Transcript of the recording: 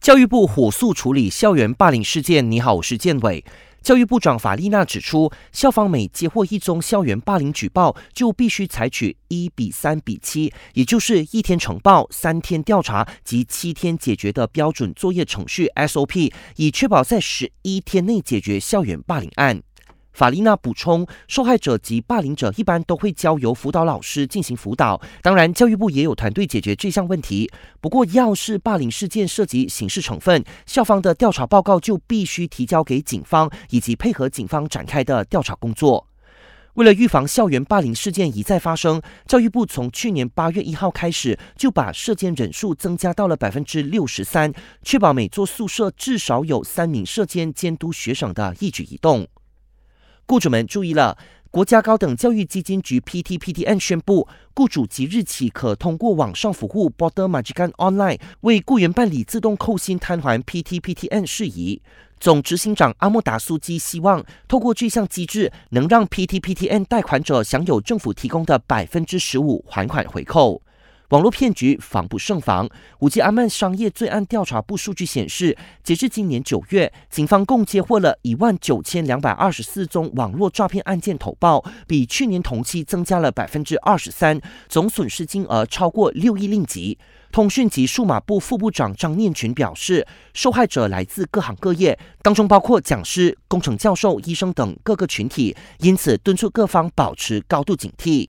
教育部火速处理校园霸凌事件。你好，我是建伟。教育部长法丽娜指出，校方每接获一宗校园霸凌举报，就必须采取1:3:7，也就是1天呈报、3天调查及7天解决的标准作业程序 SOP， 以确保在11天内解决校园霸凌案。法丽娜补充，受害者及霸凌者一般都会交由辅导老师进行辅导，当然教育部也有团队解决这项问题。不过，要是霸凌事件涉及刑事成分，校方的调查报告就必须提交给警方，以及配合警方展开的调查工作。为了预防校园霸凌事件一再发生，教育部从去年8月1号开始，就把舍监人数增加到了63%，确保每座宿舍至少有3名舍监监督学生的一举一动。雇主们注意了，国家高等教育基金局 PTPTN 宣布，雇主即日起可通过网上服务 Border Majikan Online 为雇员办理自动扣薪摊还 PTPTN 事宜。总执行长阿莫达苏基希望，透过这项机制，能让 PTPTN 贷款者享有政府提供的15%还款回扣。网络骗局防不胜防。五吉阿曼商业罪案调查部数据显示，截至今年9月，警方共接获了19224宗网络诈骗案件投报，比去年同期增加了23%，总损失金额超过6亿令吉。通讯及数码部副部长张念群表示，受害者来自各行各业，当中包括讲师、工程教授、医生等各个群体，因此敦促各方保持高度警惕。